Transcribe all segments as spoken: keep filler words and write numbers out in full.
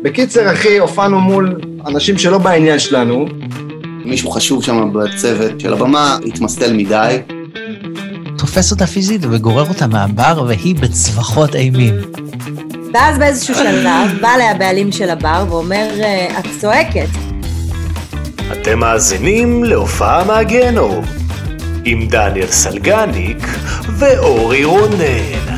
בקיצר, אחי, הופענו מול אנשים שלא בעניין שלנו. מישהו חשוב שם בצוות של הבמה, התמסטל מדי. תופס אותה פיזית וגורר אותה מהבר, והיא בצווחות אימים. ואז באיזשהו שלב, בא לה הבעלים של הבר ואומר, את צועקת. אתם מאזינים להופעה מהגיהנום, עם דניאל סלגניק ואורי רונן.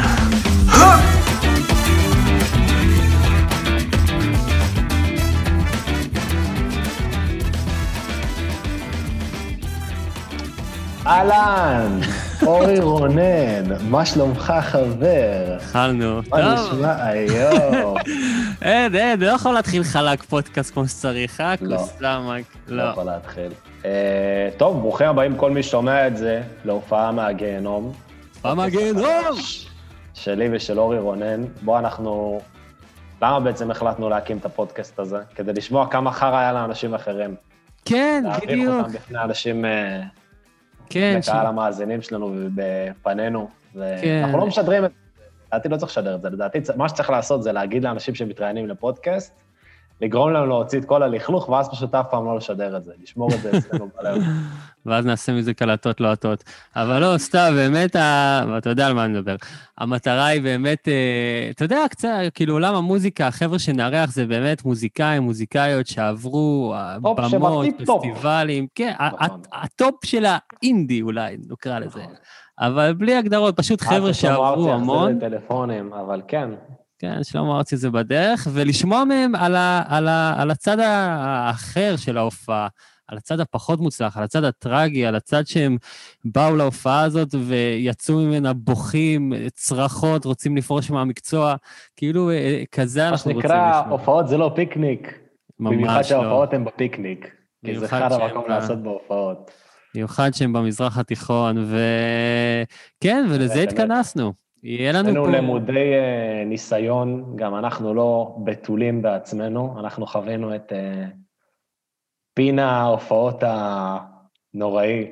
אהלן, אורי רונן, מה שלומך חבר? התחלנו, טוב. מה נשמע היום? אין, אין, לא יכול להתחיל חלק פודקאסט כמו שצריך, אה? לא, סלאמק, לא יכול להתחיל. טוב, ברוכים הבאים כל מי ששומע את זה, להופעה מהגיהנום. הופעה מהגיהנום! שלי ושל אורי רונן. בוא אנחנו... למה בעצם החלטנו להקים את הפודקאסט הזה? כדי לשמוע כמה חרא היה לאנשים אחרים. כן, להעריך בדיוק. אותם בפני אנשים... כן, לקהל המאזינים שלנו ובפנינו, כן. ואנחנו לא משדרים את זה, לדעתי לא צריך לשדר את זה, לדעתי מה שצריך לעשות זה להגיד לאנשים שמתראיינים לפודקאסט, לגרום להם להוציא את כל הלכלוך, ואז פשוט אף פעם לא לשדר את זה, לשמור את זה אצלנו בלב. ואז נעשה מזה קלטות לא עטות. אבל לא, סתם, באמת, ואתה יודע על מה אני מדבר, המטרה היא באמת, אתה יודע, קצת, כאילו עולם המוזיקה, החבר'ה שנארח זה באמת מוזיקאים, מוזיקאיות שעברו במות, פסטיבלים, כן, הטופ של האינדי אולי, נקרא לזה. אבל בלי הגדרות, פשוט חבר'ה שעברו המון. זה טלפונים, אבל כן. כן, שלמה ארצי זה בדרך, ולשמוע מהם על, ה, על, ה, על הצד האחר של ההופעה, על הצד הפחות מוצלח, על הצד הטרגי, על הצד שהם באו להופעה הזאת ויצאו ממנה בוכים, צרחות, רוצים לפרוש מהמקצוע, כאילו כזה אנחנו רוצים לשמוע. מה שנקרא, הופעות זה לא פיקניק. ממש לא. במיוחד שההופעות הן בפיקניק, כי זה אחד המקום לעשות בהופעות. במיוחד שהם במזרח התיכון, וכן, ולזה התכנסנו. יהיה לנו פה... אנו למודי uh, ניסיון, גם אנחנו לא בתולים בעצמנו, אנחנו חווינו את uh, פינה ההופעות הנוראי,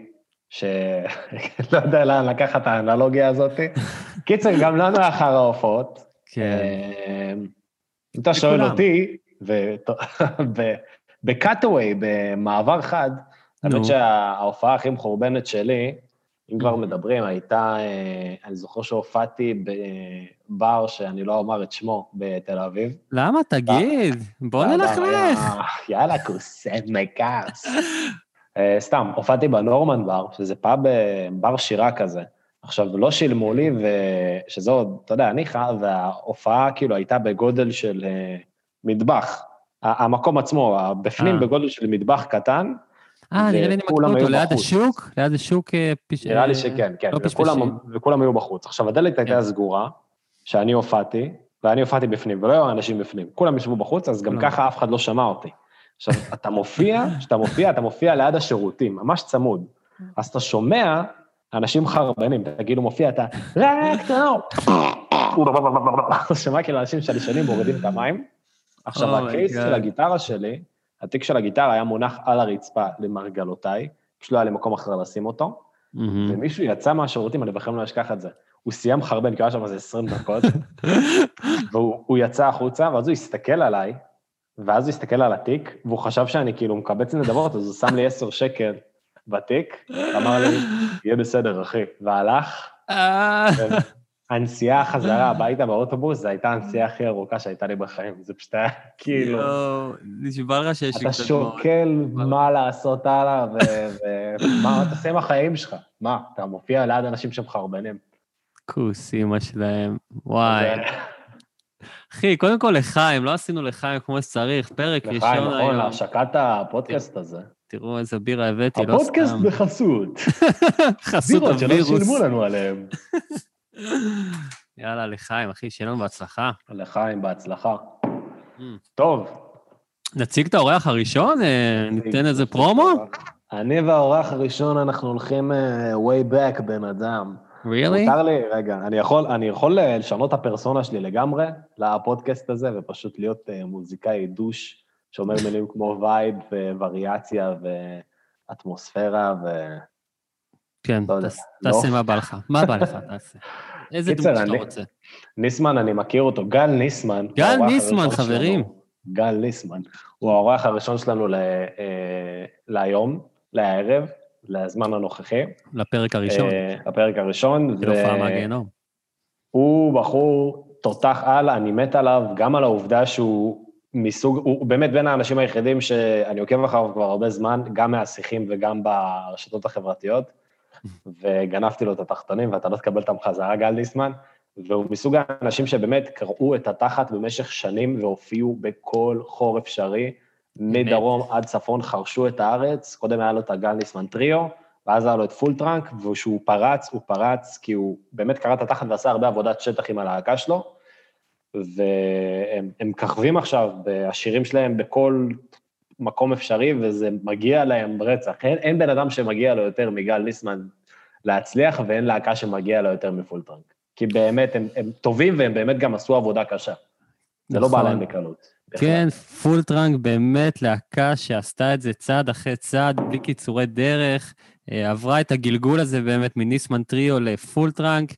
שלא יודע לאן לקחת האנלוגיה הזאת. קיצר, גם לנו אחר ההופעות. כן. Uh, אתה שואל אותי, בקאטווי, במעבר חד, האמת שההופעה הכי מחורבנת שלי, אם כבר מדברים, הייתה, אני זוכר שהופעתי בבר שאני לא אומר את שמו בתל אביב. למה? תגיד, בוא נלכלך. יאללה, כוסם מקאס. סתם, הופעתי בנורמן בר, שזה פאב בר שירה כזה. עכשיו, לא שילמו לי, ושזו, אתה יודע, ניחה, וההופעה כאילו הייתה בגודל של מטבח. המקום עצמו, בפנים בגודל של מטבח קטן, אה, נראה לי אני מכיר אותו, ליד השוק? ליד השוק... נראה לי שכן, כן, וכולם היו בחוץ. עכשיו, הדלת הייתה סגורה, שאני הופעתי, ואני הופעתי בפנים, ולא היו אנשים בפנים. כולם ישבו בחוץ, אז גם ככה אף אחד לא שמע אותי. עכשיו, אתה מופיע, כשאתה מופיע, אתה מופיע ליד השירותים, ממש צמוד. אז אתה שומע אנשים חרבנים, תגיד, הוא מופיע, אתה... רק תנאו! אתה שומע כאילו אנשים שהלישנים מורידים את המים. עכשיו, הקייס של הגיטרה שלי, התיק של הגיטרה היה מונח על הרצפה למרגלותיי, פשוט לא היה לי מקום אחר לשים אותו, ומישהו יצא מהשירותים, אני בכלל לא אשכח את זה, הוא סיים חרבן, כי היה שם איזה עשרים דקות, והוא יצא החוצה, ואז הוא הסתכל עליי, ואז הוא הסתכל על התיק, והוא חשב שאני כאילו מקבץ נדבות, אז הוא שם לי עשר שקל בתיק, אמר לי, יהיה בסדר, אחי, והלך, הנסיעה החזרה הביתה באוטובוס, זו הייתה הנסיעה הכי ארוכה שהייתה לי בחיים, זה פשוט היה כאילו... נשבע לך שיש... אתה שוקל מה לעשות הלאה, ומה אתה עושה עם החיים שלך? מה, אתה מופיע ליד אנשים שמחרבנים. כוס, אמא שלהם, וואי. אחי, קודם כל לחיים, לא עשינו לחיים כמו שצריך, פרק ראשון היום. לחיים, נכון, להשקת הפודקאסט הזה. תראו איזה בירה הבאתי, לא סתם. הפודקאסט בחסות. חסות הווירוס. בירות שלא שילמו לנו עליהם. יאללה, לחיים, אחי, שיהיה לנו בהצלחה. לחיים, בהצלחה. טוב. נציג את האורח הראשון? ניתן איזה פרומו? אני והאורח הראשון, אנחנו הולכים way back בן אדם. really? מותר לי, רגע, אני יכול, אני יכול לשנות את הפרסונה שלי לגמרי לפודקאסט הזה, ופשוט להיות מוזיקאי דוש, שאומר מילים כמו וייב ווריאציה ואטמוספירה ו... כן, תעשה מה בא לך. מה בא לך, תעשה. איזה דמות שאתה רוצה. ניסמן, אני מכיר אותו, גל ניסמן. גל ניסמן, חברים. גל ליסמן. הוא האורח הראשון שלנו להיום, לערב, לזמן הנוכחי. לפרק הראשון. לפרק הראשון. של הופעה מהגיהנום. הוא בחור תותח על, אני מת עליו, גם על העובדה שהוא מסוג, הוא באמת בין האנשים היחידים שאני עוקב אחריו כבר הרבה זמן, גם מהשיחים וגם ברשתות החברתיות, וגנבתי לו את התחתונים, ואתה לא תקבל את המחזרה, גל ליסמן, והוא מסוג האנשים שבאמת קראו את התחת במשך שנים, והופיעו בכל חור אפשרי, מדרום עד צפון חרשו את הארץ, קודם היה לו את הגל ליסמן טריו, ואז היה לו את פול טראנק, וכשהוא פרץ, הוא פרץ, כי הוא באמת קרא את התחת ועשה הרבה עבודת שטח עם הלהקה שלו, והם ככבים עכשיו בשירים שלהם בכל מקום אפשרי, וזה מגיע להם ברצח. אין, אין בן אדם שמגיע לו יותר מגל ליסמן להצליח, ואין להקה שמגיע לו יותר מפול טראנק. כי באמת הם, הם טובים, והם באמת גם עשו עבודה קשה. זה לא בא להם בקלות. כן, פול טראנק באמת להקה שעשתה את זה צעד אחרי צעד, בלי קיצורי דרך, עברה את הגלגול הזה באמת מניסמן טריו לפול טראנק,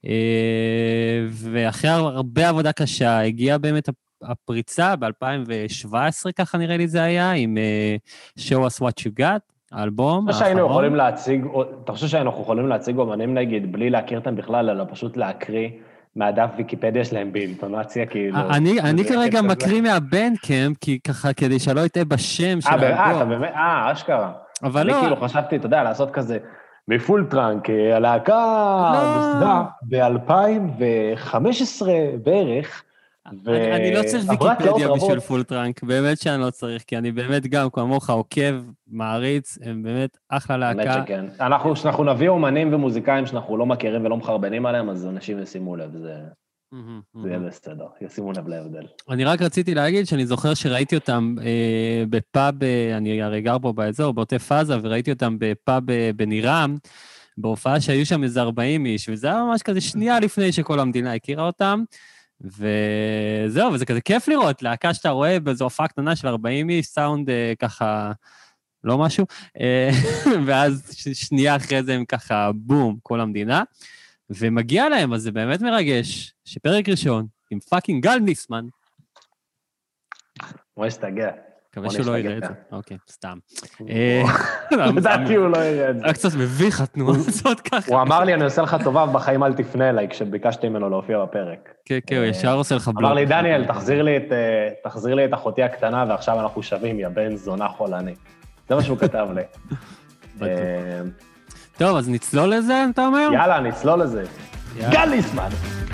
ואחרי הרבה עבודה קשה, הגיעה באמת הפריצה ב-אלפיים שבע עשרה, ככה נראה לי זה היה, עם Show Us What You Got, האלבום. אתה חושב שהיינו יכולים להציג, אתה חושב שהיינו יכולים להציג אומנים נגיד, בלי להכיר אותם בכלל, אלא פשוט להקריא מהדף ויקיפדיה שלהם באינטונציה, כאילו... אני כרגע מקריא מהבנדקאמפ, כי ככה, כדי שלא יטעה בשם של האלבום. אה, אתה באמת, אה, אשכרה. אבל לא... אני כאילו חשבתי, אתה יודע, לעשות כזה, מפול טראנק, הלהקה נוסדה ב-אלפיים וחמש עשרה בערך, אני לא צריך ויקיפדיה בשביל פול טראנק, באמת שאני לא צריך, כי אני באמת גם כמוך עוקב, מעריץ, הם באמת אחלה להקה. באמת שכן. אנחנו נביא אומנים ומוזיקאים שאנחנו לא מכירים ולא מחרבנים עליהם, אז אנשים ישימו לב, זה יהיה בסדר, ישימו לב להבדל. אני רק רציתי להגיד שאני זוכר שראיתי אותם בפאב, אני הרי גר פה באזור, בעוטף עזה, וראיתי אותם בפאב בנירם, בהופעה שהיו שם איזה ארבעים איש, וזה היה ממש כזה שנייה לפני שכל המדינה הכירה אותם, וזהו, וזה כזה כיף לראות, להקה שאתה רואה באיזו הופעה קטנה של ארבעים איש, סאונד ככה, לא משהו, ואז שנייה אחרי זה הם ככה, בום, כל המדינה, ומגיע להם, אז זה באמת מרגש, שפרק ראשון, עם פאקינג גל ליסמן. הוא יסתגע. מקווה שהוא לא יראה את זה. אוקיי, סתם. לדעתי הוא לא יראה את זה. היה קצת מביך, התנועה הזאת ככה. הוא אמר לי, אני עושה לך טובה, ובחיים אל תפנה אליי, כשביקשתי ממנו להופיע בפרק. כן, כן, הוא ישר עושה לך בלוק. אמר לי, דניאל, תחזיר לי את אחותי הקטנה, ועכשיו אנחנו שווים, יא בן זונה חולני. זה מה שהוא כתב לי. טוב, אז נצלול לזה, אתה אומר? יאללה, נצלול לזה. גל ליסמן.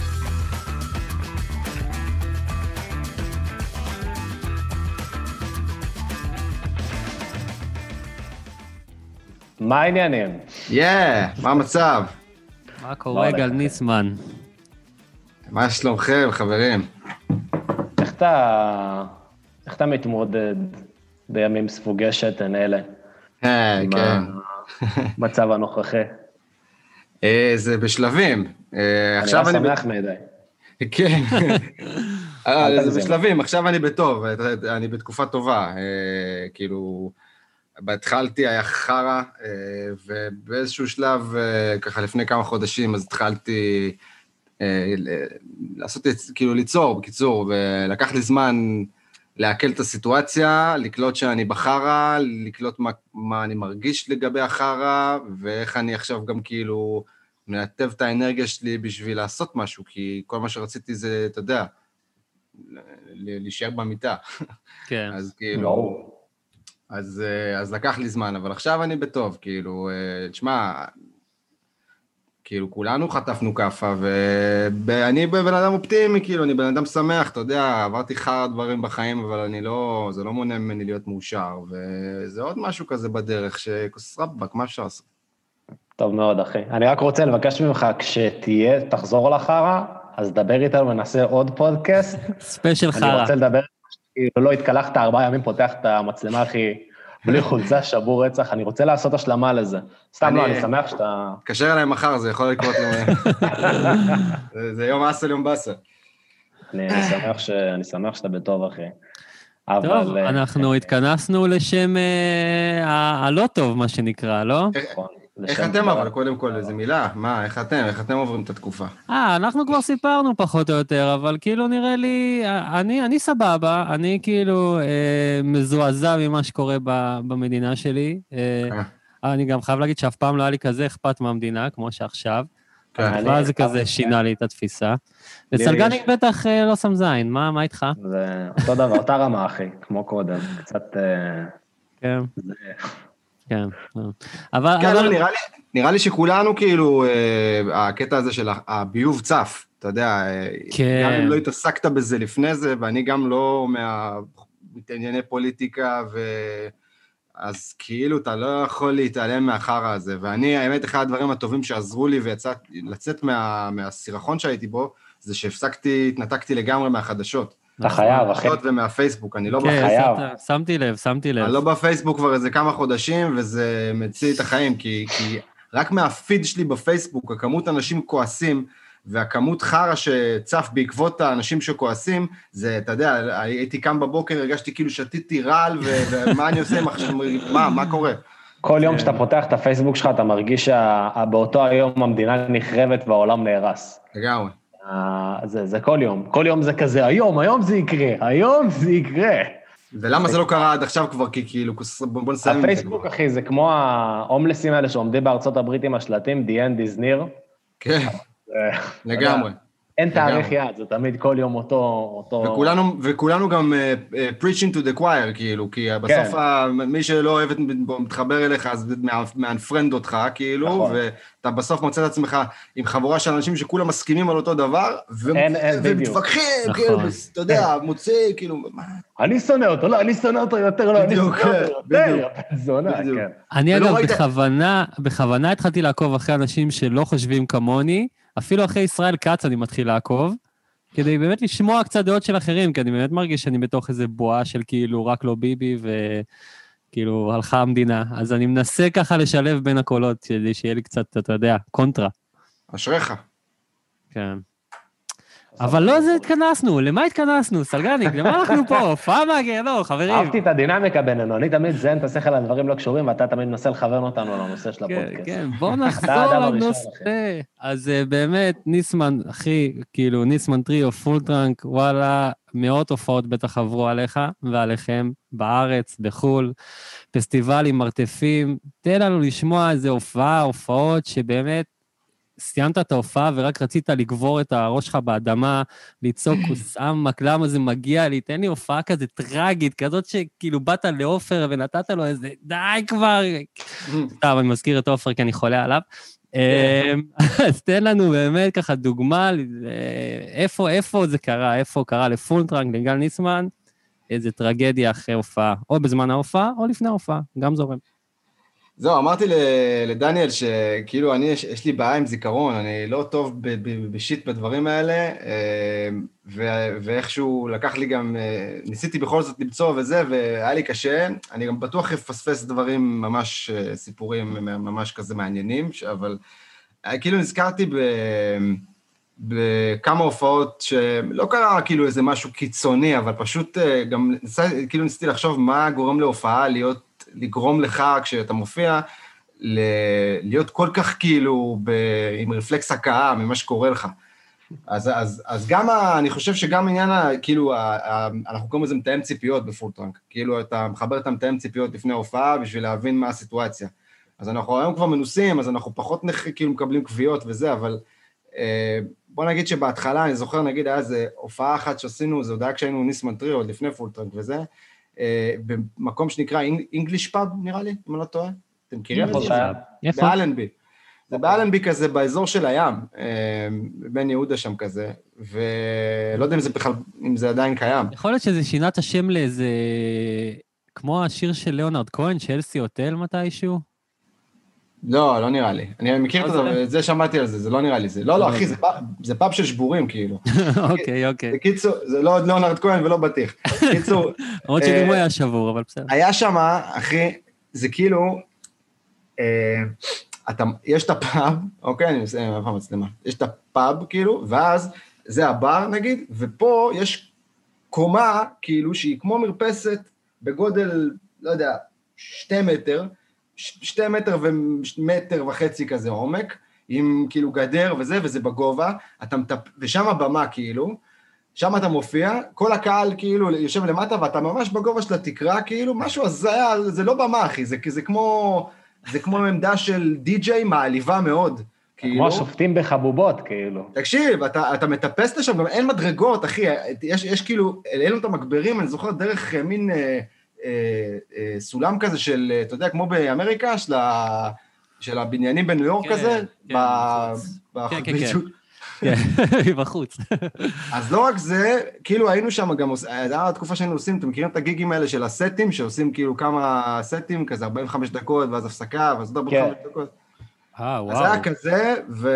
מה העניינים? יאה, מה המצב? מה קורה, גל ליסמן? מה שלומכם, חברים? איך אתה... איך אתה מתמודד בימים ספוגי שתן אלה? אה, כן. מצב הנוכחי. זה בשלבים. אני לא שמח מדי. כן. זה בשלבים, עכשיו אני בטוב, אני בתקופה טובה. כאילו, בהתחלתי היה חרה, ובאיזשהו שלב, ככה לפני כמה חודשים, אז התחלתי לעשות, כאילו ליצור, בקיצור, ולקח לי זמן להקל את הסיטואציה, לקלוט שאני בחרה, לקלוט מה, מה אני מרגיש לגבי החרה, ואיך אני עכשיו גם כאילו מנתב את האנרגיה שלי בשביל לעשות משהו, כי כל מה שרציתי זה, אתה יודע, להישאר במיטה. כן. אז כאילו, אז, אז לקח לי זמן, אבל עכשיו אני בטוב, כאילו, תשמע, כאילו, כולנו חטפנו כפה, ואני בן אדם אופטימי, כאילו, אני בן אדם שמח, אתה יודע, עברתי חר דברים בחיים, אבל אני לא, זה לא מונע ממני להיות מאושר, וזה עוד משהו כזה בדרך, שכוס רבק, מה אפשר לעשות? טוב מאוד, אחי. אני רק רוצה לבקש ממך, כשתהיה, תחזור לחרה, אז דבר איתנו ונעשה עוד פודקאסט. ספיישל חרה. אני רוצה לדבר, כאילו, לא התקלחת ארבעה ימים, פותח את המצלמה, אחי, בלי חולצה, שבור רצח, אני רוצה לעשות השלמה לזה. סתם לא, אני שמח שאתה... תקשר אליי מחר, זה יכול לקרות לי. זה יום אסל, יום בסל. אני שמח שאתה בטוב, אחי. טוב, אנחנו התכנסנו לשם הלא טוב, מה שנקרא, לא? איך אתם אבל, קודם כל, איזה מילה? מה, איך אתם? איך אתם עוברים את התקופה? אה, אנחנו כבר סיפרנו פחות או יותר, אבל כאילו נראה לי, אני, אני סבבה, אני כאילו אה, מזועזע ממה שקורה ב, במדינה שלי. אה, אני גם חייב להגיד שאף פעם לא היה לי כזה אכפת מהמדינה, כמו שעכשיו. אז בכלל זה כזה שינה לי את התפיסה. וסלגניק בטח לא שם זין, מה איתך? זה אותו דבר, אותה רמה, אחי, כמו קודם, קצת... כן. כן. אבל... נראה לי שכולנו כאילו, הקטע הזה של הביוב צף, אתה יודע, גם אם לא התעסקת בזה לפני זה, ואני גם לא מתענייני פוליטיקה ו... אז כאילו אתה לא יכול להתעלם מהחרה הזה, ואני, האמת, אחד הדברים הטובים שעזרו לי ויצאת, לצאת מה, מהסירחון שהייתי בו, זה שהפסקתי, התנתקתי לגמרי מהחדשות. אתה חייב, אחי. ומהפייסבוק, אני לא בחייב. שמתי לב, שמתי לב. אני לא בפייסבוק כבר איזה כמה חודשים, וזה מציל את החיים, כי, כי רק מהפיד שלי בפייסבוק, הכמות אנשים כועסים, והכמות חרה שצף בעקבות האנשים שכועסים, זה, אתה יודע, הייתי קם בבוקר, הרגשתי כאילו שתיתי רעל, ומה אני עושה, מה, מה קורה? כל יום שאתה פותח את הפייסבוק שלך, אתה מרגיש שבאותו היום המדינה נחרבת והעולם נהרס. לגמרי. זה, זה כל יום. כל יום זה כזה, היום, היום זה יקרה, היום זה יקרה. ולמה זה לא קרה עד עכשיו כבר, כי כאילו, בוא נסיים. הפייסבוק, אחי, זה כמו ההומלסים האלה שעומדים בארצות הברית עם השלטים, the end is near. כן. לגמרי. אין תאריך יעד, זה תמיד כל יום אותו... וכולנו, וכולנו גם preaching to the choir, כאילו, כי בסוף מי שלא אוהב מתחבר אליך, אז מאנפרנד אותך, כאילו, ואתה בסוף מוצא את עצמך עם חבורה של אנשים שכולם מסכימים על אותו דבר, ומתווכחים, כאילו, אתה יודע, מוצא, כאילו... אני שונא אותו, לא, אני שונא אותו יותר, לא, אני שונא אותו יותר, זונה, כן. אני אגב, בכוונה, בכוונה התחלתי לעקוב אחרי אנשים שלא חושבים כמוני, אפילו אחרי ישראל קץ אני מתחיל לעקוב, כדי באמת לשמוע קצת דעות של אחרים, כי אני באמת מרגיש שאני בתוך איזה בועה של כאילו רק לא ביבי, וכאילו הלכה המדינה. אז אני מנסה ככה לשלב בין הקולות, כדי שיהיה לי קצת, אתה יודע, קונטרה. אשריך. כן. אבל לא זה התכנסנו, למה התכנסנו, סלגניק, למה אנחנו פה, פאמה, לא, חברים. אהבתי את הדינמיקה בינינו, אני תמיד זן את השכל על דברים לא קשורים, ואתה תמיד מנסה לכוון אותנו על הנושא של הפודקאסט. כן, בוא נחזור לנושא. אז באמת, ניסמן, אחי, כאילו, ניסמן טריו, פולטרנק, וואלה, מאות הופעות בטח עברו עליך ועליכם, בארץ, בחול, פסטיבלים, מרתפים, תן לנו לשמוע איזה הופעה, הופעות שבאמת, סיימת את ההופעה ורק רצית לגבור את הראש שלך באדמה, ליצוק כוסאמק, למה זה מגיע לי, תן לי הופעה כזה טרגית, כזאת שכאילו באת לאופר ונתת לו איזה, די כבר, טוב, אני מזכיר את אופר כי אני חולה עליו, אז תן לנו באמת ככה דוגמה, איפה, איפה זה קרה, איפה קרה לפולטרנק, לגל ניסמן, איזה טרגדיה אחרי הופעה, או בזמן ההופעה, או לפני ההופעה, גם זורם. זהו, אמרתי לדניאל שכאילו אני, יש לי בעיה עם זיכרון, אני לא טוב בשיט בדברים האלה, ואיכשהו לקח לי גם, ניסיתי בכל זאת למצוא וזה, והיה לי קשה, אני גם בטוח אפספס דברים ממש, סיפורים ממש כזה מעניינים, אבל כאילו נזכרתי ב... בכמה הופעות שלא קרה כאילו איזה משהו קיצוני, אבל פשוט גם כאילו ניסיתי לחשוב מה גורם להופעה להיות, לגרום לך כשאתה מופיע, להיות כל כך כאילו עם רפלקס הקאה ממה שקורה לך. אז, אז, אז גם, אני חושב שגם עניין, כאילו, אנחנו קוראים לזה מתאם ציפיות בפולטרנק, כאילו אתה מחבר את המתאם ציפיות לפני ההופעה בשביל להבין מה הסיטואציה. אז אנחנו היום כבר מנוסים, אז אנחנו פחות כאילו מקבלים קביעות וזה, אבל בוא נגיד שבהתחלה, אני זוכר, נגיד, היה איזה הופעה אחת שעשינו, זה עוד היה כשהיינו ניסמן טריו, עוד לפני פולטרנק וזה, במקום שנקרא English Pub, נראה לי, אם אני לא טועה. אתם מכירים את זה? באלנבי. זה באלנבי כזה, באזור של הים, בן יהודה שם כזה, ולא יודע אם זה בכלל, אם זה עדיין קיים. יכול להיות שזה שינה את השם לאיזה, כמו השיר של ליאונרד כהן, שאלסי הוטל מתישהו? לא, לא נראה לי. אני מכיר את זה, שמעתי על זה, זה לא נראה לי זה. לא, לא, אחי, זה פאב של שבורים, כאילו. אוקיי, אוקיי. בקיצור, זה לא ליאונרד כהן ולא בטיח. בקיצור... למרות שגם הוא היה שבור, אבל בסדר. היה שמה, אחי, זה כאילו, יש את הפאב, אוקיי, אני מסיים, איפה המצלמה, יש את הפאב, כאילו, ואז זה הבר, נגיד, ופה יש קומה, כאילו, שהיא כמו מרפסת, בגודל, לא יודע, שתי מטר, שתי מטר ומטר וחצי כזה עומק, עם כאילו גדר וזה, וזה בגובה, אתה מטפ... ושם הבמה כאילו, שם אתה מופיע, כל הקהל כאילו יושב למטה, ואתה ממש בגובה של התקרה, כאילו, משהו הזיה, זה לא במה, אחי, זה, זה כמו, זה כמו עמדה של די-ג'יי מעליבה מאוד, כאילו. כמו שופטים בחבובות, כאילו. תקשיב, אתה, אתה מטפס לשם, גם אין מדרגות, אחי, יש, יש כאילו, אלו את המגברים, אני זוכר דרך מין אה, אה, אה, סולם כזה של, אתה יודע, כמו באמריקה, של, ה, של הבניינים בניו יורק כן, כזה, כן, ב, בחוץ. כן, כן, בדיוק. כן. בחוץ. אז לא רק זה, כאילו היינו שם גם, זו הייתה התקופה שהיינו עושים, אתם מכירים את הגיגים האלה של הסטים, שעושים כאילו כמה סטים, כזה ארבעים וחמש דקות, ואז הפסקה, ואז עוד ארבעים וחמש דקות. אה, וואו. אז היה כזה,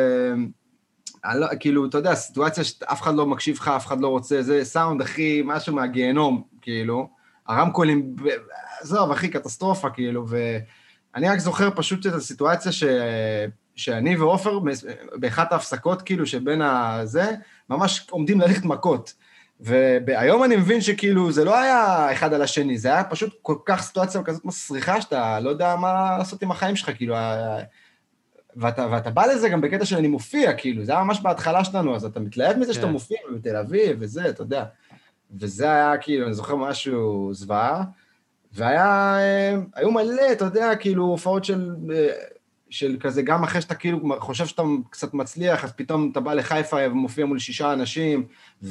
וכאילו, אתה יודע, סיטואציה שאף אחד לא מקשיב לך, אף אחד לא רוצה, זה סאונד הכי, משהו מהגיהנום, כאילו, הרמקולים, זהו, הכי קטסטרופה, כאילו, ואני רק זוכר פשוט את הסיטואציה ש... שאני ואופר, באחת ההפסקות, כאילו, שבין הזה, ממש עומדים ללכת מכות. והיום אני מבין שכאילו, זה לא היה אחד על השני, זה היה פשוט כל כך סיטואציה כזאת מסריחה, שאתה לא יודע מה לעשות עם החיים שלך, כאילו, ואתה, ואתה בא לזה גם בקטע שאני מופיע, כאילו, זה היה ממש בהתחלה שלנו, אז אתה מתלהב מזה שאתה מופיע בתל אביב, וזה, אתה יודע. וזה היה, כאילו, אני זוכר משהו זוועה, והיה, היו מלא, אתה יודע, כאילו, הופעות של... של כזה, גם אחרי שאתה כאילו חושב שאתה קצת מצליח, אז פתאום אתה בא לחיפה ומופיע מול שישה אנשים,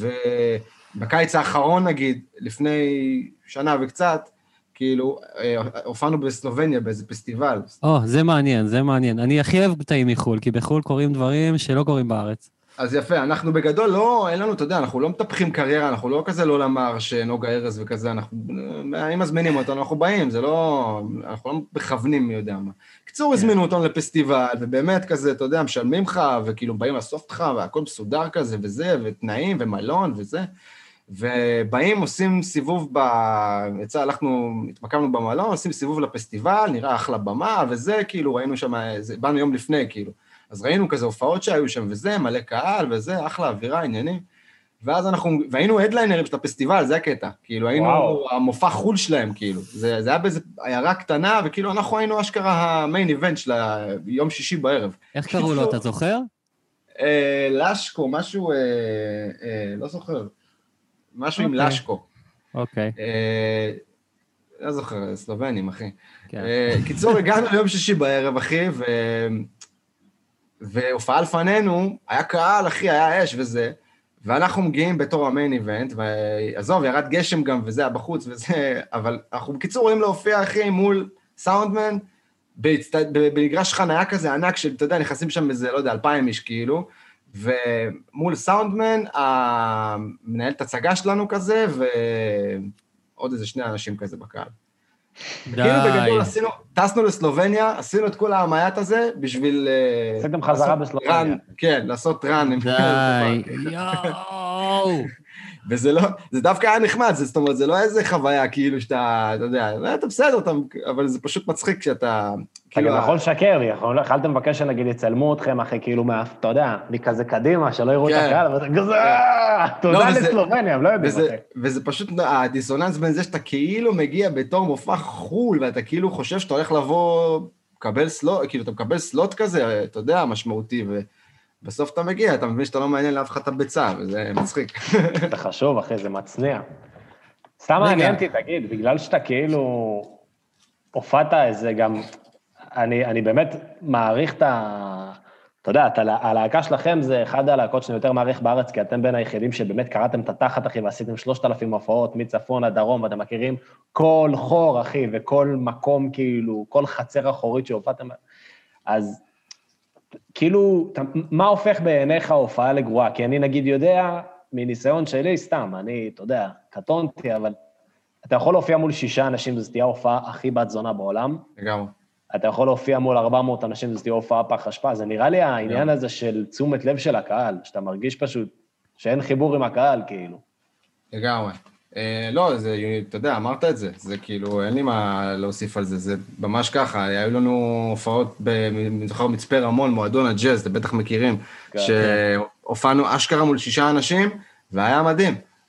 ובקיץ האחרון נגיד, לפני שנה וקצת, כאילו, הופענו בסלובניה באיזה פסטיבל. או, זה מעניין, זה מעניין. אני הכי אוהב קטעים מחול, כי בחול קוראים דברים שלא קוראים בארץ. אז יפה, אנחנו בגדול לא, אין לנו, אתה יודע, אנחנו לא מטפחים קריירה, אנחנו לא כזה לא למר שנוגה ארז וכזה, אנחנו, אם מזמינים אותנו, אנחנו באים, זה לא, אנחנו לא מכוונים מי יודע מה. קיצור, הזמינו אותנו לפסטיבל, ובאמת כזה, אתה יודע, משלמים לך, וכאילו באים לאסוף אותך, והכל מסודר כזה, וזה, ותנאים, ומלון, וזה, ובאים, עושים סיבוב ב... יצא, הלכנו, התמקמנו במלון, עושים סיבוב לפסטיבל, נראה אחלה במה, וזה, כאילו, ראינו שם, באנו יום לפני, כאילו. אז ראינו כזה הופעות שהיו שם, וזה, מלא קהל, וזה, אחלה, אווירה, עניינים. ואז אנחנו, והיינו הדליינרים של הפסטיבל, זה הקטע. כאילו, היינו וואו. המופע חול שלהם, כאילו. זה, זה היה באיזו עיירה קטנה, וכאילו, אנחנו היינו אשכרה המיין איבנט של היום שישי בערב. איך קראו לו, אתה זוכר? אה, לשקו, משהו, אה, אה, לא זוכר. משהו עם לשקו. אוקיי. אה, לא זוכר, סלובנים, אחי. כן. אה, קיצור, הגענו ליום שישי בערב, אחי, ו... והופעה לפנינו, היה קהל, אחי, היה אש וזה, ואנחנו מגיעים בתור המיין איבנט, ועזוב, ירד גשם גם, וזה היה בחוץ וזה, אבל אנחנו בקיצור רואים להופיע, אחי, מול סאונדמן, במגרש חניה כזה ענק, שאתה יודע, נכנסים שם איזה, לא יודע, אלפיים איש כאילו, ומול סאונדמן, מנהלת הצגה שלנו כזה, ועוד איזה שני אנשים כזה בקהל. כאילו בגדול עשינו, טסנו לסלובניה, עשינו את כל המעיית הזה בשביל... עשיתם חזרה בסלובניה. כן, לעשות רן. די, יואו. וזה לא, זה דווקא היה נחמד, זאת אומרת, זה לא איזה חוויה כאילו שאתה, אתה יודע, אתה בסדר, אבל זה פשוט מצחיק כשאתה... אתה גם יכול לשקר, יכולתם לבקש שנגיד יצלמו אתכם אחרי כאילו, אתה יודע, מכזה קדימה, שלא יראו את הקהל, ואתה כזה, תודה לסלובניה, הם לא יודעים אחרי. וזה פשוט, הדיסוננס בין זה שאתה כאילו מגיע בתור מופע חול, ואתה כאילו חושב שאתה הולך לבוא, מקבל סלוט, כאילו אתה מקבל סלוט כזה, אתה יודע, משמעותי, ובסוף אתה מגיע, אתה מבין שאתה לא מעניין לאף אחד את הביצה, וזה מצחיק. זה חשוב, אחי, זה מצניע. סתם מעניינתי, תגיד, בגלל שאתה כאילו הופעת איזה גם... אני, אני באמת מעריך את ה... אתה יודע, הלהקה שלכם זה אחד הלהקות שאני יותר מעריך בארץ, כי אתם בין היחידים שבאמת קראתם את התחת, אחי, ועשיתם שלושת אלפים הופעות מצפון עד דרום, ואתם מכירים כל חור, אחי, וכל מקום, כאילו, כל חצר אחורית שהופעתם. אז כאילו, מה הופך בעיניך הופעה לגרועה? כי אני נגיד יודע, מניסיון שלי, סתם, אני, אתה יודע, קטונתי, אבל אתה יכול להופיע מול שישה אנשים, זו תהיה ההופעה הכי בת זונה בעולם. לגמרי. אתה יכול להופיע מול ארבע מאות אנשים, זו תהיה הופעה פח אשפה, זה נראה לי העניין הזה של תשומת לב של הקהל, שאתה מרגיש פשוט שאין חיבור עם הקהל, כאילו. לגמרי. לא, זה, אתה יודע, אמרת את זה, זה כאילו, אין לי מה להוסיף על זה, זה ממש ככה, היו לנו הופעות, אני זוכר מצפה רמון, מועדון הג'אז, אתם בטח מכירים, שהופענו אשכרה מול שישה אנשים, והיה מדהים.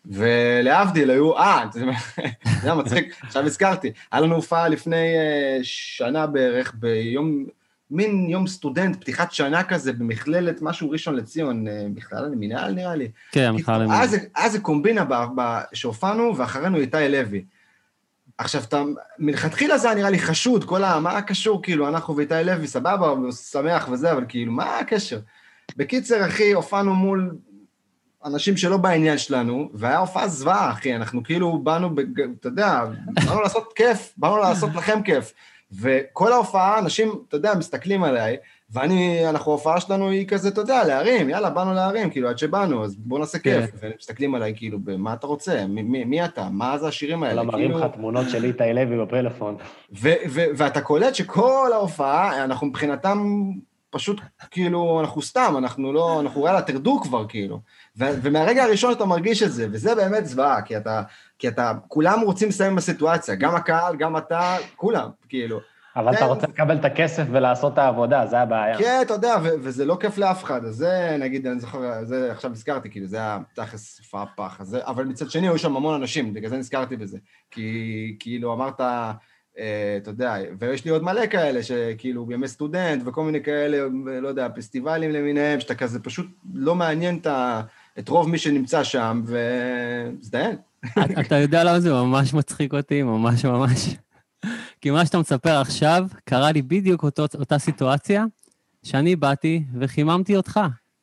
ולהבדיל היו, אה, זה היה מצחיק, עכשיו הזכרתי, היה לנו הופעה לפני שנה בערך, ביום, מין יום סטודנט, פתיחת שנה כזה, במכללת משהו ראשון לציון, מכללה למינהל נראה לי. כן, מכללה למינהל. היה זה קומבינה שהופענו, ואחרינו איתי לוי. עכשיו, מלכתחילה זה נראה לי חשוד, כל ה... מה הקשור, כאילו, אנחנו ואיתי לוי, סבבה, הוא שמח וזה, אבל כאילו, מה הקשר? בקיצר, אחי, הופענו מול אנשים שלא בעניין שלנו, והיה הופעה זוועה, אחי, אנחנו כאילו באנו, אתה יודע, באנו לעשות כיף, באנו לעשות לכם כיף, וכל ההופעה, אנשים, אתה יודע, מסתכלים עליי, ואני, אנחנו, ההופעה שלנו היא כזה, אתה יודע, להרים, יאללה, באנו להרים, כאילו, עד שבאנו, אז בואו נעשה כיף, והם מסתכלים עליי, כאילו, מה אתה רוצה? מי אתה? מה זה השירים האלה? לא מראים לך תמונות של איתי לוי בפלאפון. ואתה קולט שכל ההופעה, אנחנו מבחינתם פשוט, כאילו, אנחנו סתם, אנחנו לא, אנחנו רואה לה, תרדו כבר, כאילו. ומהרגע הראשון אתה מרגיש את זה, וזה באמת זוועה, כי אתה, כי אתה, כולם רוצים לסיים בסיטואציה, גם הקהל, גם אתה, כולם, כאילו. אבל אתה רוצה לקבל את הכסף ולעשות את העבודה, זה הבעיה. כן, אתה יודע, וזה לא כיף לאף אחד, אז זה, נגיד, אני זוכר, זה עכשיו הזכרתי, כאילו, זה היה תכלס הופעה פח, אבל מצד שני, היו שם המון אנשים, בגלל זה נזכרתי בזה, כי כאילו אמרת, אתה יודע, ויש לי עוד מלא כאלה, שכאילו, בימי סטודנט, וכל מיני כאלה, לא יודע, פסטיבלים למיניהם, שאתה כזה פשוט לא מעניין את רוב מי שנמצא שם, וזדיין. אתה יודע למה זה ממש מצחיק אותי, ממש ממש. כי מה שאתה מספר עכשיו, קרה לי בדיוק אותו, אותה סיטואציה, שאני באתי וחיממתי אותך.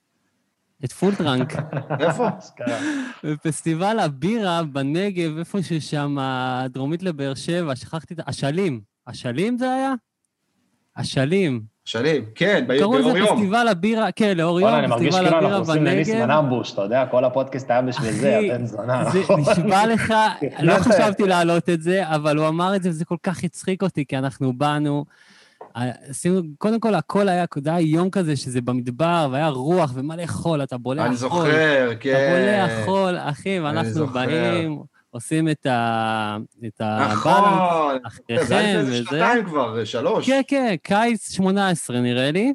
את פולטרנק. איפה? בפסטיבל הבירה בנגב, איפה ששם, דרומית לבאר שבע, שכחתי את... השלים. השלים זה היה? השלים. השלים, כן, באור יום. קראו לזה פסטיבל הבירה, כן, לאור יום, פסטיבל הבירה בנגב. אני מרגיש כאילו אנחנו עושים לניסמן אמבוש, אתה יודע, כל הפודקאסט היה בשביל זה, הבן זונה. זה נשבע לך, לא חשבתי להעלות את זה, אבל הוא אמר את זה, וזה כל כך הצחיק אותי, כי אנחנו באנו, קודם כל, הכל היה, היה יום כזה, שזה במדבר, והיה רוח ומלא חול, אתה בולע חול. אני זוכר, כן. אתה בולע חול, אחי, ואנחנו באים, עושים את הבאלנס. נכון, זה היה לפני שנתיים כבר, שלוש. כן, כן, קיץ שמונה עשרה נראה לי.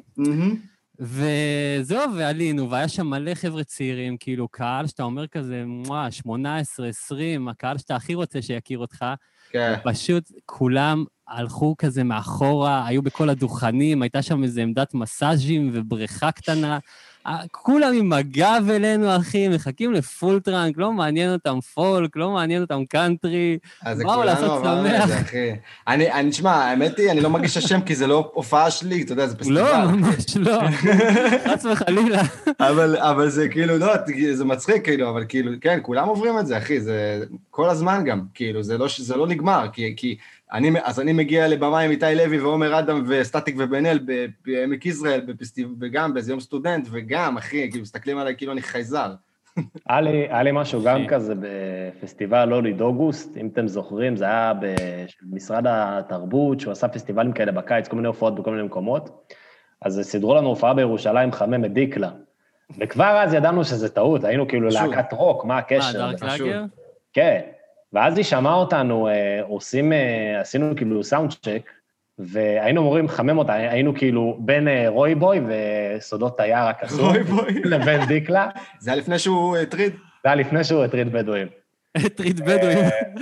וזהו, ועלינו, והיה שם מלא חבר'ה צעירים, כאילו קהל שאתה אומר כזה, שמונה עשרה עשרים, הקהל שאתה הכי רוצה שיכיר אותך, פשוט כולם הלכו כזה מאחורה, היו בכל הדוכנים, הייתה שם איזו עמדת מסאז'ים ובריכה קטנה, כולם עם הגב אלינו, אחי, מחכים לפולטרנק, לא מעניין אותם פולק, לא מעניין אותם קאנטרי, באו לעשות שמח. אני, אני, תשמע, האמת היא, אני לא מרגיש השם, כי זה לא הופעה שלי, אתה יודע, זה פסטיבל. לא, ממש לא, חס וחלילה. אבל, אבל זה כאילו, לא, זה מצחיק, כאילו, אבל כאילו, כן, כולם עוברים את זה, אחי, זה כל הזמן גם, כאילו, זה לא, זה לא נגמר, כי, כי אני, אז אני מגיע לבמה עם איתי לוי ועומר אדם וסטטיק ובן אל בעמק יזרעאל, וגם באיזה יום סטודנט, וגם, אחי, כאילו, מסתכלים עליי כאילו אני חייזר. היה לי משהו גם כזה בפסטיבל הוליד אוגוסט, אם אתם זוכרים, זה היה במשרד התרבות, שהוא עשה פסטיבלים כאלה בקיץ, כל מיני הופעות בכל מיני מקומות, אז סידרו לנו הופעה בירושלים חמם את דיקלה, וכבר אז ידענו שזה טעות, היינו כאילו להקת רוק, מה הקשר? מה, דארק לאגר? כן. ואז היא שמעה אותנו, עושים, עשינו כאילו סאונד צ'ק, והיינו אמורים לחמם אותה, היינו כאילו בין רוי בוי וסודות תייר הקסום, לבין דיקלה. זה היה לפני שהוא הטריד? זה היה לפני שהוא הטריד בדואים. הטריד בדואים.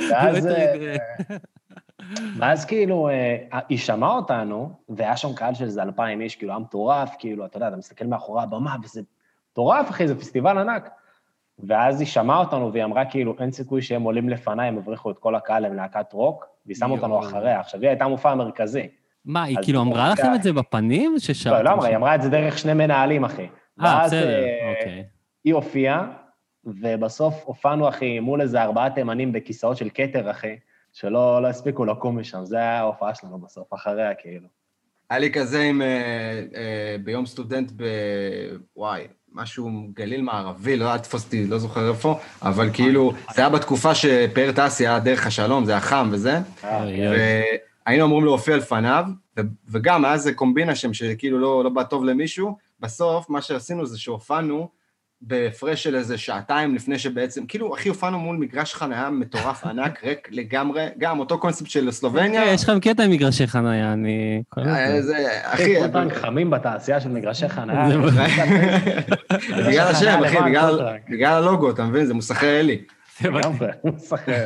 ואז כאילו, היא שמעה אותנו, והיה שם קהל של איזה אלפיים איש, כאילו, היה מטורף, כאילו, אתה יודע, אתה מסתכל מאחורי הבמה, וזה מטורף, אחי, זה פסטיבל ענק. ואז היא שמעה אותנו, והיא אמרה כאילו, אין סיכוי שהם עולים לפניי, הם הבריחו את כל הקהל, הם להקת רוק, והיא שמה אותנו אחריה. עכשיו, היא הייתה מופע המרכזי. מה, היא כאילו אמרה לכם את זה בפנים? לא, לא אמרה, היא אמרה את זה דרך שני מנהלים, אחי. אה, בסדר, אוקיי. היא הופיעה, ובסוף הופענו, אחי, מול איזה ארבעה תימנים בכיסאות של קטר, אחי, שלא הספיקו לקום משם. זה היה ההופעה שלנו בסוף, אחריה, כאילו. היה לי כזה עם, ביום סטודנט בוואי, משהו גליל מערבי, לא תפוס אותי, לא זוכר איפה, אבל כאילו, זה היה בתקופה שפאר טסי היה דרך השלום, זה היה חם וזה, והיינו אמורים להופיע לפניו, וגם היה איזה קומבינה שם, שכאילו לא בא טוב למישהו, בסוף מה שעשינו זה שהופענו, בהפרש של איזה שעתיים לפני שבעצם, כאילו, אחי, הופענו מול מגרש חניה מטורף ענק, ריק לגמרי, גם אותו קונספט של סלובניה. יש לכם קטע עם מגרשי חניה, אני... אחי... כל חמים בתעשייה של מגרשי חניה. בגלל השם, אחי, בגלל הלוגו, אתה מבין? זה מוסכי אלי. לגמרי, נוסח אחר.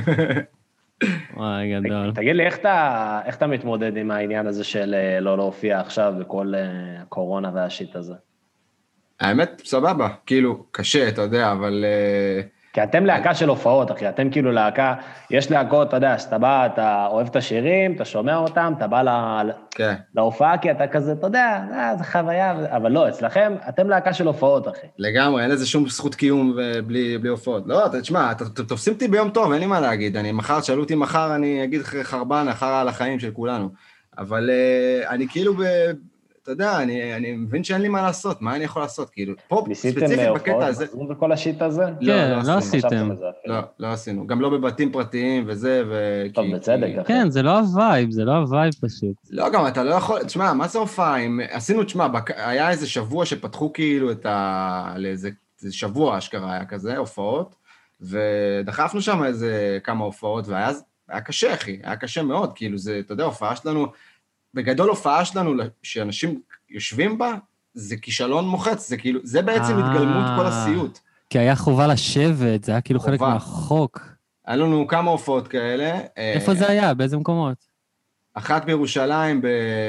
וואי, גדול. תגיד לי, איך אתה, איך אתה מתמודד עם העניין הזה של לא להופיע עכשיו בכל הקורונה והשיט הזה? האמת, סבבה, כאילו, קשה, אתה יודע, אבל... כי אתם להקה של הופעות, אחי, אתם כאילו להקה, יש להקות, אתה יודע, שאתה בא, אתה אוהב את השירים, אתה שומע אותם, אתה בא לה... כן. להופעה, כי אתה כזה, אתה יודע, זה חוויה, אבל לא, אצלכם, אתם להקה של הופעות, אחי. לגמרי, אין לזה שום זכות קיום בלי, בלי הופעות. לא, תשמע, אתם תופסים אותי ביום טוב, אין לי מה להגיד, אני מחר, שאלו אותי מחר, אני אגיד חרבן, אחר על החיים של כולנו, אבל אני כאילו ב... אתה יודע, אני, אני מבין שאין לי מה לעשות, מה אני יכול לעשות, כאילו, פה ספציפית בקטע הזה... ניסיתם בכל השיט הזה? כן, לא עשיתם. לא, לא עשינו, גם לא בבתים פרטיים וזה, ו... טוב, בצדק. כן, זה לא הווייב, זה לא הווייב פשוט. לא, גם אתה לא יכול, תשמע, מה זה הופעה? עשינו, תשמע, היה איזה שבוע שפתחו כאילו את ה... לאיזה שבוע אשכרה היה כזה, הופעות, ודחפנו שם איזה כמה הופעות, והיה קשה, אחי, היה קשה מאוד, כאילו, זה, אתה יודע, הופעה שלנו... בגדול הופעה שלנו, שאנשים יושבים בה, זה כישלון מוחץ, זה כאילו, זה בעצם התגלמות כל הסיוט. כי היה חובה לשבת, זה היה כאילו חלק מהחוק. היה לנו כמה הופעות כאלה. איפה זה היה? באיזה מקומות? אחת בירושלים,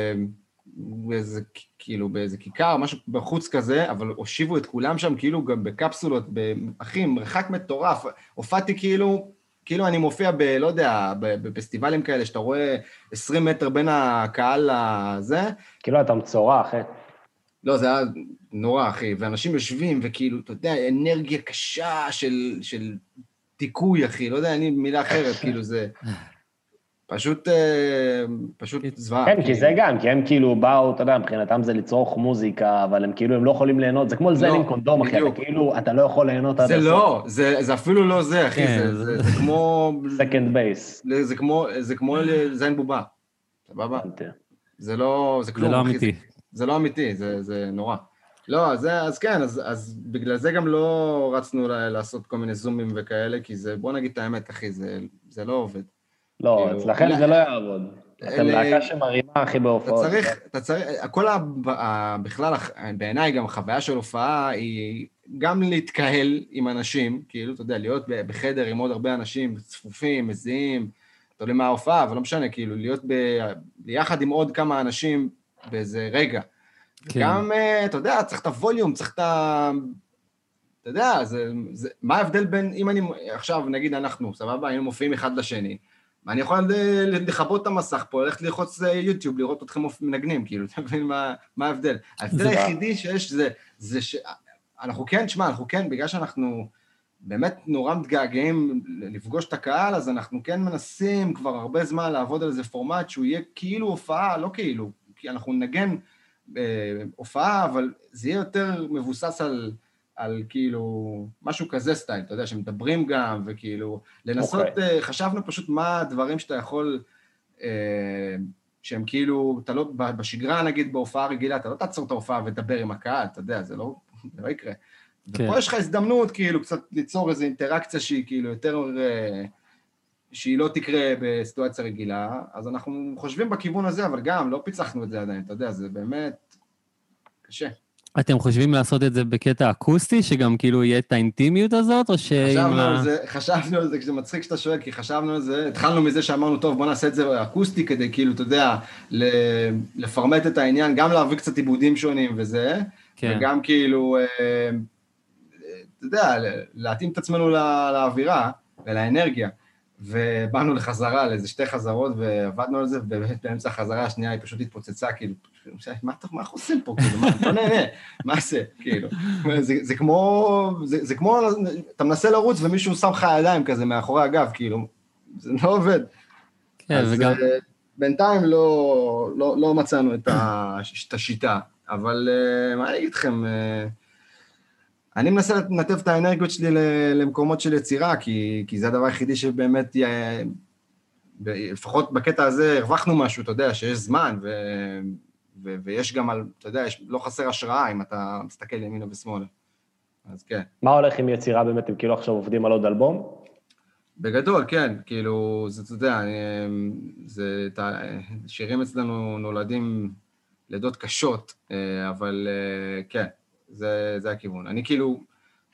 באיזה, כאילו, באיזה כיכר, משהו בחוץ כזה, אבל הושיבו את כולם שם, כאילו גם בקפסולות, אחי, מרחק מטורף. הופעתי כאילו... כאילו אני מופיע ב, לא יודע, בפסטיבלים כאלה, שאתה רואה עשרים מטר בין הקהל לזה. כאילו אתה מצורע, אחי. לא, זה היה נורא, אחי, ואנשים יושבים, וכאילו, אתה יודע, אנרגיה קשה של, של תיקוי, אחי, לא יודע, אני מילה אחרת, כאילו זה... פשוט, פשוט זוועה. כן, כי זה גם, כי הם כאילו באו, אתה יודע, מבחינתם זה לצרוך מוזיקה, אבל הם כאילו, הם לא יכולים ליהנות, זה כמו לזיין עם קונדום, אחי, אתה כאילו, אתה לא יכול ליהנות עד הסוף. זה לא, זה אפילו לא זה, אחי, זה כמו... סקנד בייס. זה כמו לזיין בובה, סבבה? זה לא, זה כלום, זה לא אמיתי. זה לא אמיתי, זה נורא. לא, אז כן, אז בגלל זה גם לא רצנו לעשות כל מיני זומים וכאלה, כי זה, בוא נגיד את האמת, אחי, זה לא עובד. לא, אצלכם זה לא יעבוד. אתם להקה שמרימה, הכי בהופעות. אתה צריך, אתה צריך, הכל בכלל, בעיניי גם החוויה של הופעה היא גם להתקהל עם אנשים, כאילו, אתה יודע, להיות בחדר עם עוד הרבה אנשים, צפופים, מזיעים, אתה יודע מה ההופעה, אבל לא משנה, כאילו, להיות ביחד עם עוד כמה אנשים באיזה רגע. גם, אתה יודע, צריך את הווליום, צריך את ה... אתה יודע, מה ההבדל בין, אם אני, עכשיו, נגיד אנחנו, סבבה, היינו מופיעים אחד לשני, ואני יכול לכבות את המסך פה, ללכת ללחוץ יוטיוב, לראות אתכם מנגנים, כאילו, אתה מבין מה ההבדל? ההבדל היחידי שיש זה, זה שאנחנו כן, תשמע, אנחנו כן, בגלל שאנחנו באמת נורא מתגעגעים לפגוש את הקהל, אז אנחנו כן מנסים כבר הרבה זמן לעבוד על איזה פורמט שהוא יהיה כאילו הופעה, לא כאילו, כי אנחנו נגן הופעה, אבל זה יהיה יותר מבוסס על... על כאילו, משהו כזה סטייל, אתה יודע, שמדברים גם, וכאילו, לנסות, okay. uh, חשבנו פשוט מה הדברים שאתה יכול, uh, שהם כאילו, אתה לא, בשגרה נגיד, בהופעה רגילה, אתה לא תעצור את ההופעה ודבר עם הקהל, אתה יודע, זה לא, זה לא יקרה. Okay. ופה יש לך הזדמנות, כאילו, קצת ליצור איזו אינטראקציה שהיא כאילו יותר, uh, שהיא לא תקרה בסיטואציה רגילה, אז אנחנו חושבים בכיוון הזה, אבל גם לא פיצחנו את זה עדיין, אתה יודע, זה באמת קשה. אתם חושבים לעשות את זה בקטע אקוסטי, שגם כאילו יהיה את האינטימיות הזאת, או ש... חשבנו על זה, חשבנו על זה, כשזה מצחיק שאתה שואל, כי חשבנו על זה, התחלנו מזה שאמרנו, טוב, בוא נעשה את זה אקוסטי, כדי כאילו, אתה יודע, לפרמט את העניין, גם להביא קצת עיבודים שונים וזה, וגם כאילו, אתה יודע, להתאים את עצמנו לאווירה ולאנרגיה, ובאנו לחזרה, לאיזה שתי חזרות, ועבדנו על זה, ובאמת באמצע החזרה השנייה היא פשוט התפוצצה, כאילו, מה אנחנו עושים פה, כאילו, מה, לא נהנה, מה זה, כאילו, זה כמו, זה כמו, אתה מנסה לרוץ ומישהו שם לך ידיים כזה מאחורי הגב, כאילו, זה לא עובד. אז בינתיים לא מצאנו את השיטה, אבל מה אני אגיד לכם, אני מנסה לנתב את האנרגיות שלי למקומות של יצירה, כי, כי זה הדבר היחידי שבאמת, לפחות בקטע הזה הרווחנו משהו, אתה יודע, שיש זמן, ו, ו, ויש גם, על, אתה יודע, יש, לא חסר השראה אם אתה מסתכל ימינה ושמאלה. אז כן. מה הולך עם יצירה באמת, אם כאילו עכשיו עובדים על עוד אלבום? בגדול, כן, כאילו, זה, אתה יודע, אני, זה, שירים אצלנו נולדים לידות קשות, אבל כן. זה, זה הכיוון. אני כאילו,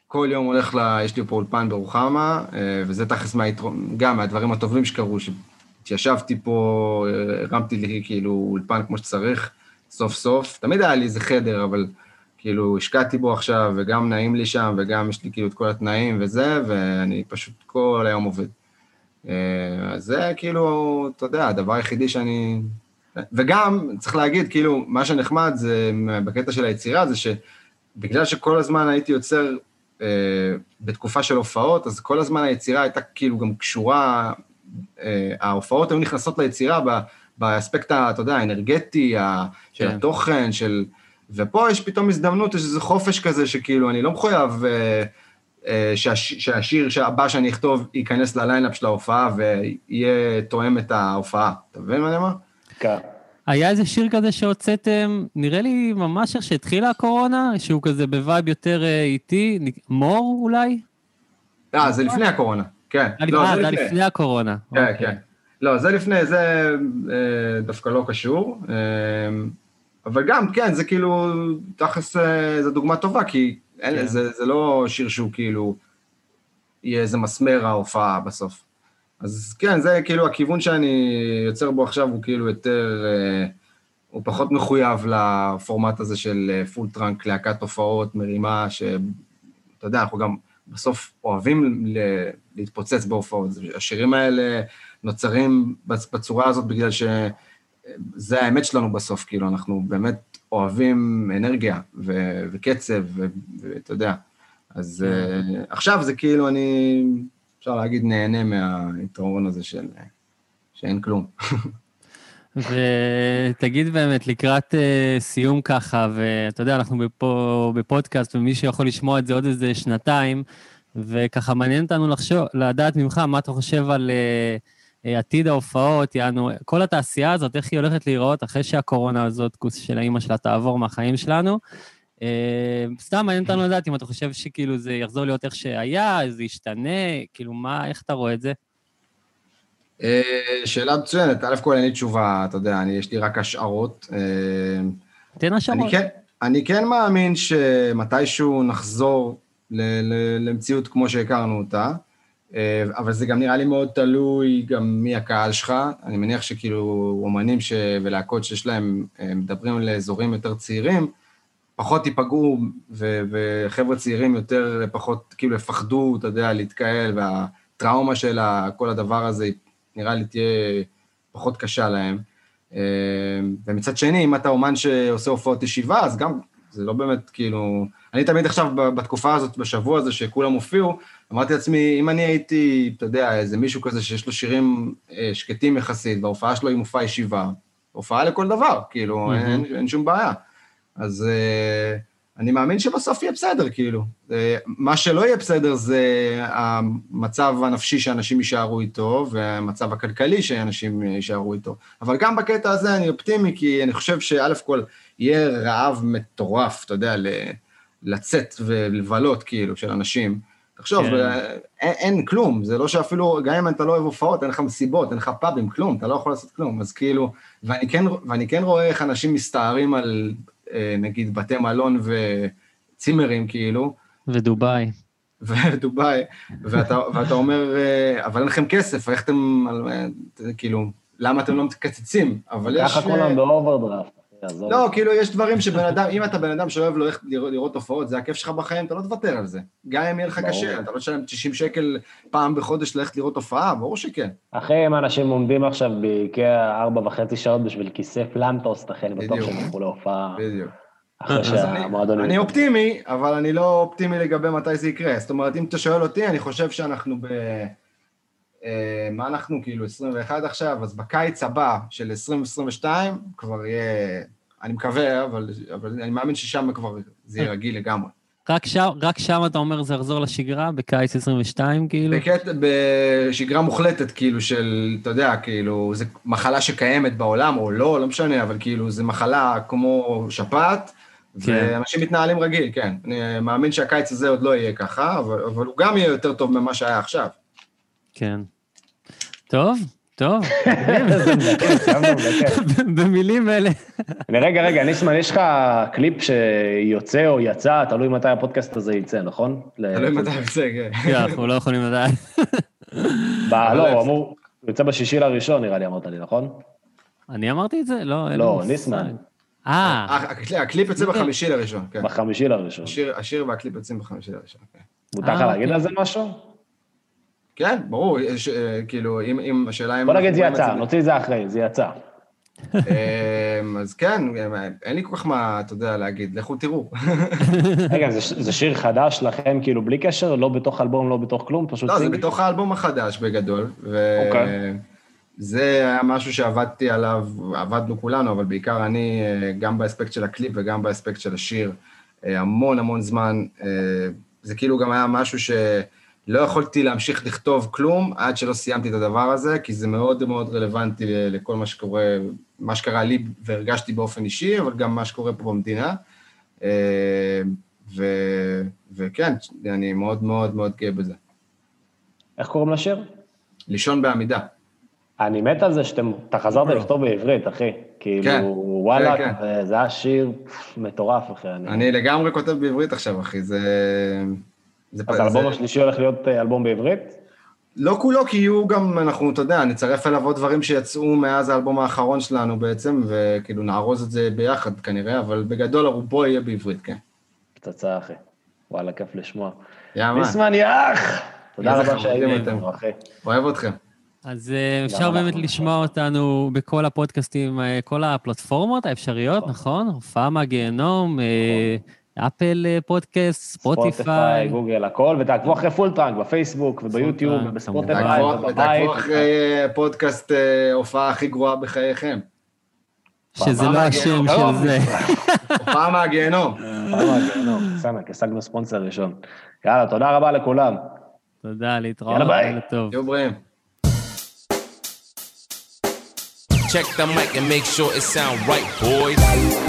כל יום הולך ל... יש לי פה אולפן ברוחמה, וזה תכלס מהיתרון, גם מהדברים הטובים שקרו, שהתיישבתי פה, הרמתי לי כאילו אולפן כמו שצריך, סוף סוף. תמיד היה לי איזה חדר, אבל כאילו השקעתי בו עכשיו, וגם נעים לי שם, וגם יש לי כאילו את כל התנאים וזה, ואני פשוט כל היום עובד. אז זה כאילו, אתה יודע, הדבר היחידי שאני... וגם, צריך להגיד, כאילו, מה שנחמד זה, בקטע של היצירה, זה שבגלל שכל הזמן הייתי יוצר אה, בתקופה של הופעות, אז כל הזמן היצירה הייתה כאילו גם קשורה, אה, ההופעות היו נכנסות ליצירה ב, באספקט, אתה יודע, האנרגטי, של התוכן, של... ופה יש פתאום הזדמנות, יש איזה חופש כזה, שכאילו, אני לא מחויב... אה, שהשיר הבא שאני אכתוב ייכנס לליינאפ של ההופעה ויהיה תואם את ההופעה. אתה מבין מה אני אומר? כן. היה איזה שיר כזה שהוצאתם, נראה לי ממש איך שהתחילה הקורונה, שהוא כזה בווייב יותר איטי, מור אולי? אה, זה לפני הקורונה, כן. אה, זה לפני הקורונה. כן, כן. לא, זה לפני, זה דווקא לא קשור, אבל גם, כן, זה כאילו, תכלס, זו דוגמה טובה, כי אין, זה, זה לא שיר שהוא כאילו, יהיה איזה מסמר ההופעה בסוף. אז כן, זה כאילו הכיוון שאני יוצר בו עכשיו, הוא כאילו יותר, הוא פחות מחויב לפורמט הזה של פול טראנק, להקת הופעות, מרימה, שאתה יודע, אנחנו גם בסוף אוהבים להתפוצץ בהופעות. השירים האלה נוצרים בצורה הזאת, בגלל שזה האמת שלנו בסוף, כאילו, אנחנו באמת אוהבים אנרגיה ו- וקצב, ואתה יודע. אז uh, עכשיו זה כאילו, אני, אפשר להגיד, נהנה מהיתרון הזה של, שאין כלום. ותגיד באמת, לקראת uh, סיום ככה, ואתה יודע, אנחנו פה בפודקאסט, ומי שיכול לשמוע את זה עוד איזה שנתיים, וככה מעניין אותנו לחשוב, לדעת ממך מה אתה חושב על... Uh, עתיד ההופעות, יענו, כל התעשייה הזאת, איך היא הולכת להיראות אחרי שהקורונה הזאת, כוס של האמא שלה, תעבור מהחיים שלנו. סתם מעניין אותנו לדעת, אם אתה חושב שכאילו זה יחזור להיות איך שהיה, זה ישתנה, כאילו מה, איך אתה רואה את זה? שאלה מצוינת, א' כל אין לי תשובה, אתה יודע, יש לי רק השערות. תן השערות. אני כן מאמין שמתישהו נחזור למציאות כמו שהכרנו אותה, אבל זה גם נראה לי מאוד תלוי גם מי הקהל שלך. אני מניח שכאילו אומנים ש... ולהקות שיש להם, מדברים לאזורים יותר צעירים, פחות ייפגעו, ו... וחבר'ה צעירים יותר פחות כאילו יפחדו, אתה יודע, להתקהל, והטראומה של כל הדבר הזה נראה לי תהיה פחות קשה להם. ומצד שני, אם אתה אומן שעושה הופעות ישיבה, אז גם זה לא באמת כאילו... אני תמיד עכשיו בתקופה הזאת, בשבוע הזה שכולם הופיעו, אמרתי לעצמי, אם אני הייתי, אתה יודע, איזה מישהו כזה שיש לו שירים שקטים יחסית, וההופעה שלו היא מופע ישיבה, הופעה לכל דבר, כאילו, mm-hmm. אין, אין שום בעיה. אז uh, אני מאמין שבסוף יהיה בסדר, כאילו. Uh, מה שלא יהיה בסדר זה המצב הנפשי שאנשים יישארו איתו, והמצב הכלכלי שאנשים יישארו איתו. אבל גם בקטע הזה אני אופטימי, כי אני חושב שא' כל יהיה רעב מטורף, אתה יודע, לצאת ולבלות, כאילו, של אנשים. תחשוב, אין, אין כלום, זה לא שאפילו, גם אם אתה לא אוהב הופעות, אין לך מסיבות, אין לך פאבים, כלום, אתה לא יכול לעשות כלום, אז כאילו, ואני כן, ואני כן רואה איך אנשים מסתערים על, נגיד, בתי מלון וצימרים, כאילו. ודוביי. ודוביי, ואתה, ואתה אומר, אבל אין לכם כסף, איך אתם, כאילו, למה אתם לא מתקצצים? אבל יש... ככה כולם באוברדרפט. לא, כאילו יש דברים שבן אדם, אם אתה בן אדם שאוהב לראות הופעות, זה הכיף שלך בחיים, אתה לא תוותר על זה. גם אם יהיה לך קשה, אתה לא תשלם תשעים שקל פעם בחודש ללכת לראות הופעה, ברור שכן. אחרי אם אנשים עומדים עכשיו כארבע וחצי שעות בשביל כיסא פלנטוס, תכן בטוח שהם ילכו להופעה. בדיוק. אחרי שהמועדונים... אני אופטימי, אבל אני לא אופטימי לגבי מתי זה יקרה. זאת אומרת, אם אתה שואל אותי, אני חושב שאנחנו ב... מה אנחנו, כאילו, עשרים ואחת עכשיו, אז בקיץ הבא של עשרים עשרים ושתיים, כבר יהיה, אני מקווה, אבל, אבל אני מאמין ששם כבר זה יהיה רגיל לגמרי. רק שם, רק שם אתה אומר זה יחזור לשגרה, בקיץ עשרים ושתיים, כאילו? בקטע, בשגרה מוחלטת, כאילו, של, אתה יודע, כאילו, זה מחלה שקיימת בעולם, או לא, לא משנה, אבל כאילו, זה מחלה כמו שפעת, כן. ואנשים מתנהלים רגיל, כן. אני מאמין שהקיץ הזה עוד לא יהיה ככה, אבל, אבל הוא גם יהיה יותר טוב ממה שהיה עכשיו. כן. טוב, טוב. זה מדכא, סיימנו מדכא. במילים אלה. רגע, רגע, ניסמן, יש לך קליפ שיוצא או יצא, תלוי מתי הפודקאסט הזה יצא, נכון? תלוי מתי יצא, כן. כן, אנחנו לא יכולים לדעת. לא, הוא אמור, הוא יוצא בשישי לראשון, נראה לי, אמרת לי, נכון? אני אמרתי את זה? לא, לא, ניסמן. אה. הקליפ יוצא בחמישי לראשון, כן. בחמישי לראשון. השיר והקליפ יוצאים בחמישי לראשון, כן. מותר לך להגיד על זה משהו? כן, ברור, כאילו, אם השאלה... בוא נגיד זה יצא, נוציא את זה אחרי, זה יצא. אז כן, אין לי כל כך מה, אתה יודע, להגיד, לכו תראו. רגע, זה שיר חדש לכם, כאילו, בלי קשר, לא בתוך אלבום, לא בתוך כלום, פשוט... לא, זה בתוך האלבום החדש בגדול, וזה היה משהו שעבדתי עליו, עבדנו כולנו, אבל בעיקר אני, גם באספקט של הקליפ וגם באספקט של השיר, המון המון זמן, זה כאילו גם היה משהו ש... לא יכולתי להמשיך לכתוב כלום עד שלא סיימתי את הדבר הזה, כי זה מאוד מאוד רלוונטי לכל מה שקורה, מה שקרה לי והרגשתי באופן אישי, אבל גם מה שקורה פה במדינה. ו... וכן, אני מאוד מאוד מאוד גאה בזה. איך קוראים לשיר? לישון בעמידה. אני מת על זה שאתם, אתה חזרת לכתוב בעברית, אחי. כאילו, וואלה, זה היה שיר מטורף, אחי. אני לגמרי כותב בעברית עכשיו, אחי, זה... אז האלבום השלישי הולך להיות אלבום בעברית? לא כולו, כי יהיו גם, אנחנו, אתה יודע, נצרף אליו עוד דברים שיצאו מאז האלבום האחרון שלנו בעצם, וכאילו נערוז את זה ביחד כנראה, אבל בגדול הרובו יהיה בעברית, כן. פצצה, אחי. וואלה, כיף לשמוע. יאמן. ניסמן יח! תודה רבה שהייתם, אחי. אוהב אתכם. אז אפשר באמת לשמוע אותנו בכל הפודקאסטים, כל הפלטפורמות האפשריות, נכון? הופעה מהגיהנום, אפל פודקאסט, ספוטיפיי, גוגל, הכל, ותעקבו אחרי פולטרנק בפייסבוק וביוטיוב ובספוטיפיי ובבית. ותעקבו אחרי פודקאסט הופעה הכי גרועה בחייכם. שזה לא השם של זה. הופעה מהגיהנום. הופעה מהגיהנום, סמק, השגנו ספונסר ראשון. יאללה, תודה רבה לכולם. תודה, להתראות. יאללה ביי. יהיו בריאים. Check the mic and make sure it sound right, boys.